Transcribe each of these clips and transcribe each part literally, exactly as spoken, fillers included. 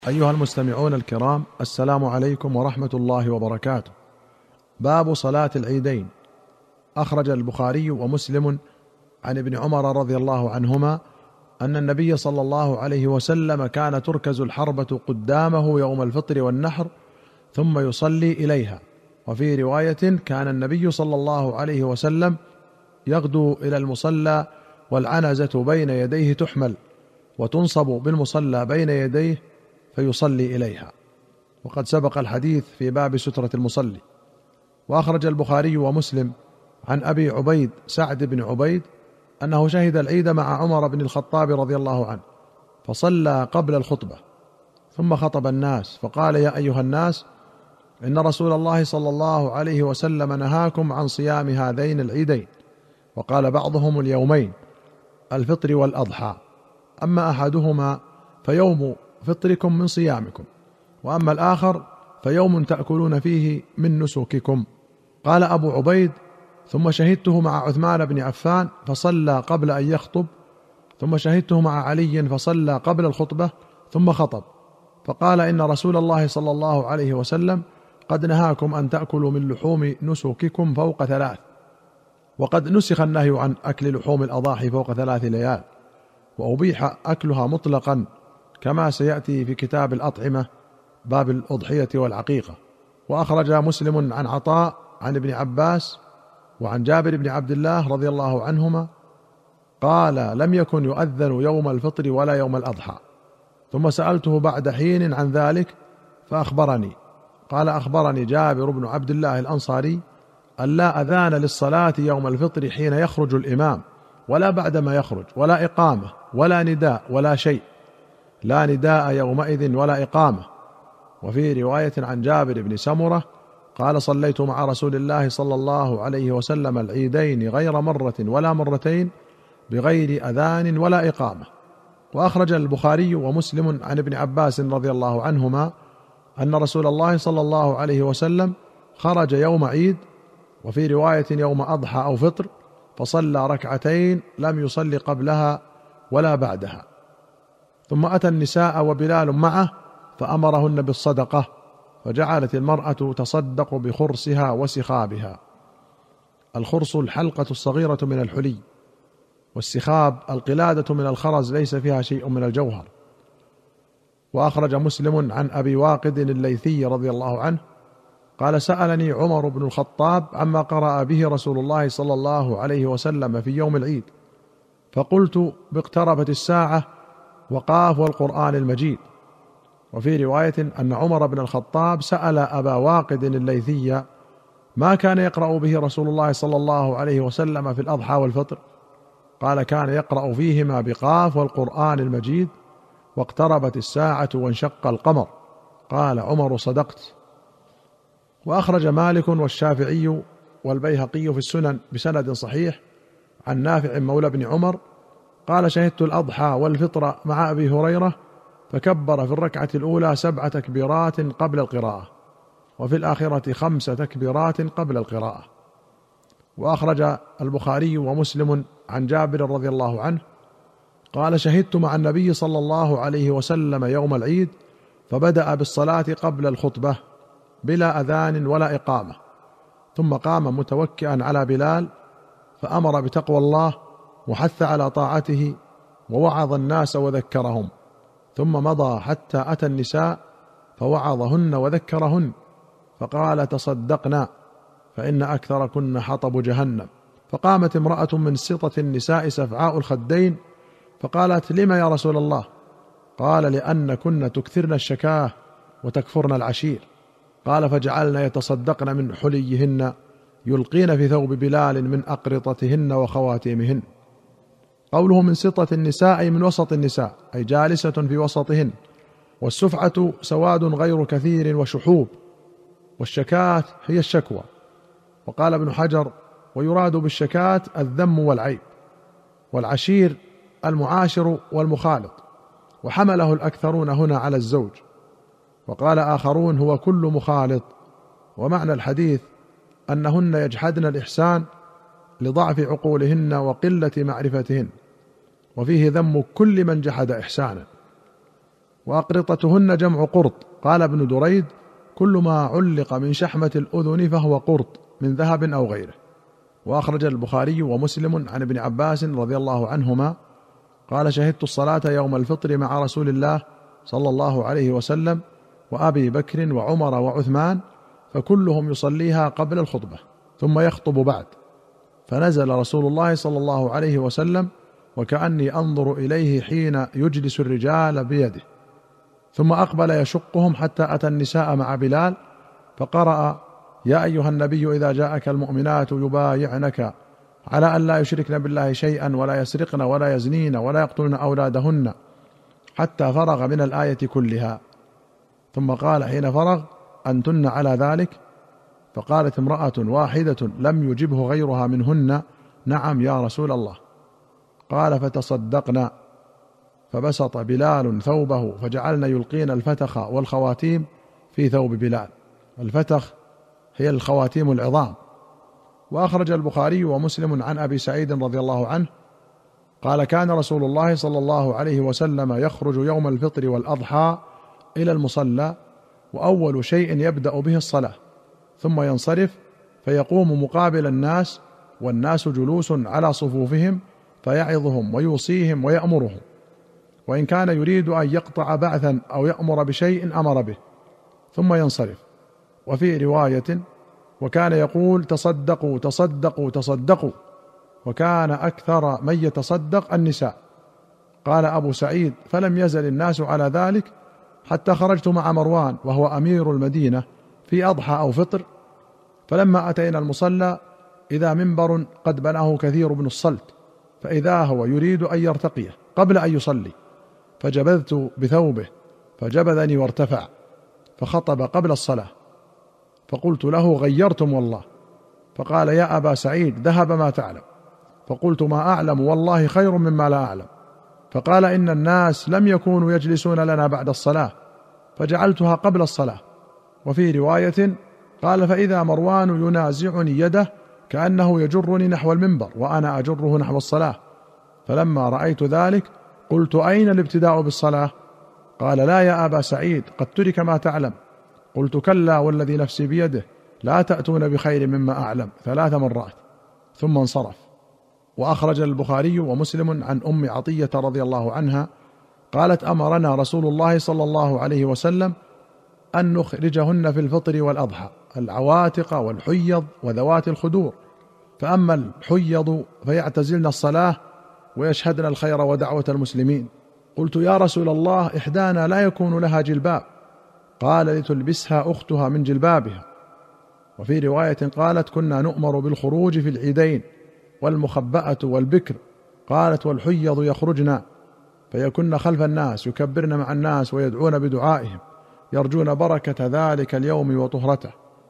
أيها المستمعون الكرام، السلام عليكم ورحمة الله وبركاته. باب صلاة العيدين. أخرج البخاري ومسلم عن ابن عمر رضي الله عنهما أن النبي صلى الله عليه وسلم كان تركز الحربة قدامه يوم الفطر والنحر ثم يصلي إليها. وفي رواية كان النبي صلى الله عليه وسلم يغدو إلى المصلى والعنزة بين يديه تحمل وتنصب بالمصلى بين يديه فيصلي إليها، وقد سبق الحديث في باب سترة المصلي. وأخرج البخاري ومسلم عن أبي عبيد سعد بن عبيد أنه شهد العيد مع عمر بن الخطاب رضي الله عنه فصلى قبل الخطبة ثم خطب الناس فقال: يا أيها الناس، إن رسول الله صلى الله عليه وسلم نهاكم عن صيام هذين العيدين، وقال بعضهم اليومين الفطر والأضحى، أما أحدهما فيوم فطركم من صيامكم، وأما الآخر فيوم تأكلون فيه من نسككم. قال أبو عبيد: ثم شهدته مع عثمان بن عفان فصلى قبل أن يخطب، ثم شهدته مع علي فصلى قبل الخطبة ثم خطب، فقال: إن رسول الله صلى الله عليه وسلم قد نهاكم أن تأكلوا من لحوم نسككم فوق ثلاث، وقد نسخ النهي عن أكل لحوم الأضاحي فوق ثلاث ليال، وأبيح أكلها مطلقا كما سيأتي في كتاب الأطعمة باب الأضحية والعقيقة. وأخرج مسلم عن عطاء عن ابن عباس وعن جابر بن عبد الله رضي الله عنهما قال: لم يكن يؤذن يوم الفطر ولا يوم الأضحى، ثم سألته بعد حين عن ذلك فأخبرني. قال: أخبرني جابر بن عبد الله الأنصاري أن لا أذان للصلاة يوم الفطر حين يخرج الإمام ولا بعدما يخرج، ولا إقامة ولا نداء ولا شيء، لا نداء يومئذ ولا إقامة. وفي رواية عن جابر بن سمرة قال: صليت مع رسول الله صلى الله عليه وسلم العيدين غير مرة ولا مرتين بغير أذان ولا إقامة. وأخرج البخاري ومسلم عن ابن عباس رضي الله عنهما أن رسول الله صلى الله عليه وسلم خرج يوم عيد، وفي رواية يوم أضحى أو فطر، فصلى ركعتين لم يصلي قبلها ولا بعدها، ثم أتى النساء وبلال معه فأمرهن بالصدقة، فجعلت المرأة تصدق بخرصها وسخابها. الخرص الحلقة الصغيرة من الحلي، والسخاب القلادة من الخرز ليس فيها شيء من الجوهر. وأخرج مسلم عن أبي واقد الليثي رضي الله عنه قال: سألني عمر بن الخطاب عما قرأ به رسول الله صلى الله عليه وسلم في يوم العيد، فقلت: باقتربت الساعة وقاف والقرآن المجيد. وفي رواية أن عمر بن الخطاب سأل أبا واقد الليثي ما كان يقرأ به رسول الله صلى الله عليه وسلم في الأضحى والفطر، قال: كان يقرأ فيهما بقاف والقرآن المجيد واقتربت الساعة وانشق القمر. قال عمر: صدقت. وأخرج مالك والشافعي والبيهقي في السنن بسند صحيح عن نافع مولى بن عمر قال: شهدت الأضحى والفطر مع أبي هريرة فكبر في الركعة الأولى سبع تكبيرات قبل القراءة، وفي الآخرة خمس تكبيرات قبل القراءة. وأخرج البخاري ومسلم عن جابر رضي الله عنه قال: شهدت مع النبي صلى الله عليه وسلم يوم العيد فبدأ بالصلاة قبل الخطبة بلا أذان ولا إقامة، ثم قام متوكئا على بلال فأمر بتقوى الله وحث على طاعته ووعظ الناس وذكرهم، ثم مضى حتى أتى النساء فوعظهن وذكرهن، فقال: تصدقنا فإن أكثركن حطب جهنم. فقامت امرأة من سطة النساء سفعاء الخدين فقالت: لما يا رسول الله؟ قال: لأن كن تكثرن الشكاه وتكفرن العشير. قال: فجعلن يتصدقن من حليهن يلقين في ثوب بلال من أقرطتهن وخواتيمهن. قوله من سطة النساء أي من وسط النساء، أي جالسة في وسطهن. والسفعة سواد غير كثير وشحوب، والشكاة هي الشكوى. وقال ابن حجر: ويراد بالشكاة الذم والعيب، والعشير المعاشر والمخالط، وحمله الأكثرون هنا على الزوج. وقال آخرون: هو كل مخالط. ومعنى الحديث أنهن يجحدن الإحسان لضعف عقولهن وقلة معرفتهن، وفيه ذم كل من جحد إحسانا. وأقرطتهن جمع قرط. قال ابن دريد: كل ما علق من شحمة الأذن فهو قرط من ذهب أو غيره. وأخرج البخاري ومسلم عن ابن عباس رضي الله عنهما قال: شهدت الصلاة يوم الفطر مع رسول الله صلى الله عليه وسلم وأبي بكر وعمر وعثمان، فكلهم يصليها قبل الخطبة ثم يخطب بعد، فنزل رسول الله صلى الله عليه وسلم وكأني أنظر إليه حين يجلس الرجال بيده، ثم أقبل يشقهم حتى أتى النساء مع بلال فقرأ: يا أيها النبي إذا جاءك المؤمنات يبايعنك على أن لا يشركن بالله شيئا ولا يسرقن ولا يزنين ولا يقتلن أولادهن، حتى فرغ من الآية كلها. ثم قال حين فرغ: أنتن على ذلك؟ فقالت امرأة واحدة لم يجبه غيرها منهن: نعم يا رسول الله. قال: فتصدقنا. فبسط بلال ثوبه فجعلنا يلقين الفتخ والخواتيم في ثوب بلال. الفتخ هي الخواتيم العظام. وأخرج البخاري ومسلم عن أبي سعيد رضي الله عنه قال: كان رسول الله صلى الله عليه وسلم يخرج يوم الفطر والأضحى إلى المصلى، وأول شيء يبدأ به الصلاة، ثم ينصرف فيقوم مقابل الناس والناس جلوس على صفوفهم فيعظهم ويوصيهم ويأمرهم، وإن كان يريد أن يقطع بعثا أو يأمر بشيء أمر به، ثم ينصرف. وفي رواية: وكان يقول: تصدقوا تصدقوا تصدقوا، وكان أكثر من يتصدق النساء. قال أبو سعيد: فلم يزل الناس على ذلك حتى خرجت مع مروان وهو أمير المدينة في أضحى أو فطر، فلما أتينا المصلى إذا منبر قد بناه كثير بن الصلت، فإذا هو يريد أن يرتقيه قبل أن يصلي، فجبذت بثوبه فجبذني وارتفع، فخطب قبل الصلاة، فقلت له: غيرتم والله. فقال: يا أبا سعيد ذهب ما تعلم. فقلت: ما أعلم والله خير مما لا أعلم. فقال: إن الناس لم يكونوا يجلسون لنا بعد الصلاة فجعلتها قبل الصلاة. وفي رواية قال: فإذا مروان ينازعني يده كأنه يجرني نحو المنبر وأنا أجره نحو الصلاة، فلما رأيت ذلك قلت: أين الابتداء بالصلاة؟ قال: لا يا أبا سعيد، قد ترك ما تعلم. قلت: كلا والذي نفسي بيده لا تأتون بخير مما أعلم، ثلاث مرات، ثم انصرف. وأخرج البخاري ومسلم عن أم عطية رضي الله عنها قالت: أمرنا رسول الله صلى الله عليه وسلم أن نخرجهن في الفطر والأضحى، العواتق والحيض وذوات الخدور، فأما الحيض فيعتزلن الصلاة ويشهدن الخير ودعوة المسلمين. قلت: يا رسول الله، إحدانا لا يكون لها جلباب. قال: لتلبسها أختها من جلبابها. وفي رواية قالت: كنا نؤمر بالخروج في العيدين، والمخبأة والبكر. قالت: والحيض يخرجن فيكن خلف الناس يكبرن مع الناس ويدعون بدعائهم يرجون بركة ذلك اليوم وطهرته.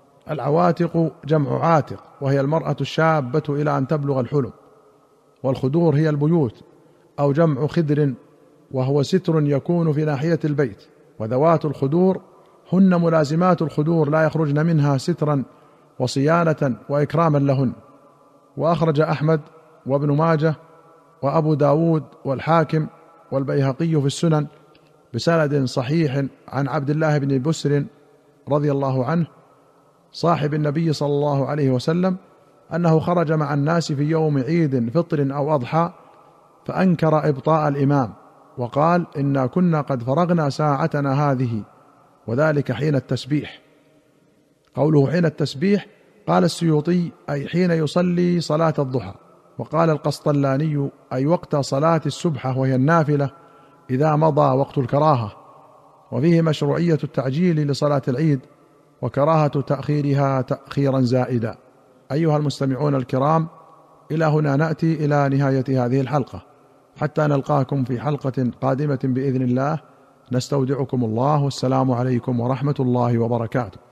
العواتق جمع عاتق، وهي المرأة الشابة إلى أن تبلغ الحلم. والخدور هي البيوت أو جمع خدر، وهو ستر يكون في ناحية البيت. وذوات الخدور هن ملازمات الخدور لا يخرجن منها سترا وصيانة وإكراما لهن. وأخرج أحمد وابن ماجه وأبو داود والحاكم والبيهقي في السنن بسند صحيح عن عبد الله بن بسر رضي الله عنه صاحب النبي صلى الله عليه وسلم أنه خرج مع الناس في يوم عيد فطر أو أضحى، فأنكر إبطاء الإمام وقال: إنا كنا قد فرغنا ساعتنا هذه، وذلك حين التسبيح. قوله حين التسبيح قال السيوطي: أي حين يصلي صلاة الضحى. وقال القسطلاني: أي وقت صلاة السبحة وهي النافلة إذا مضى وقت الكراهة. وفيه مشروعية التعجيل لصلاة العيد وكراهة تأخيرها تأخيرا زائدا. أيها المستمعون الكرام، إلى هنا نأتي إلى نهاية هذه الحلقة، حتى نلقاكم في حلقة قادمة بإذن الله. نستودعكم الله، والسلام عليكم ورحمة الله وبركاته.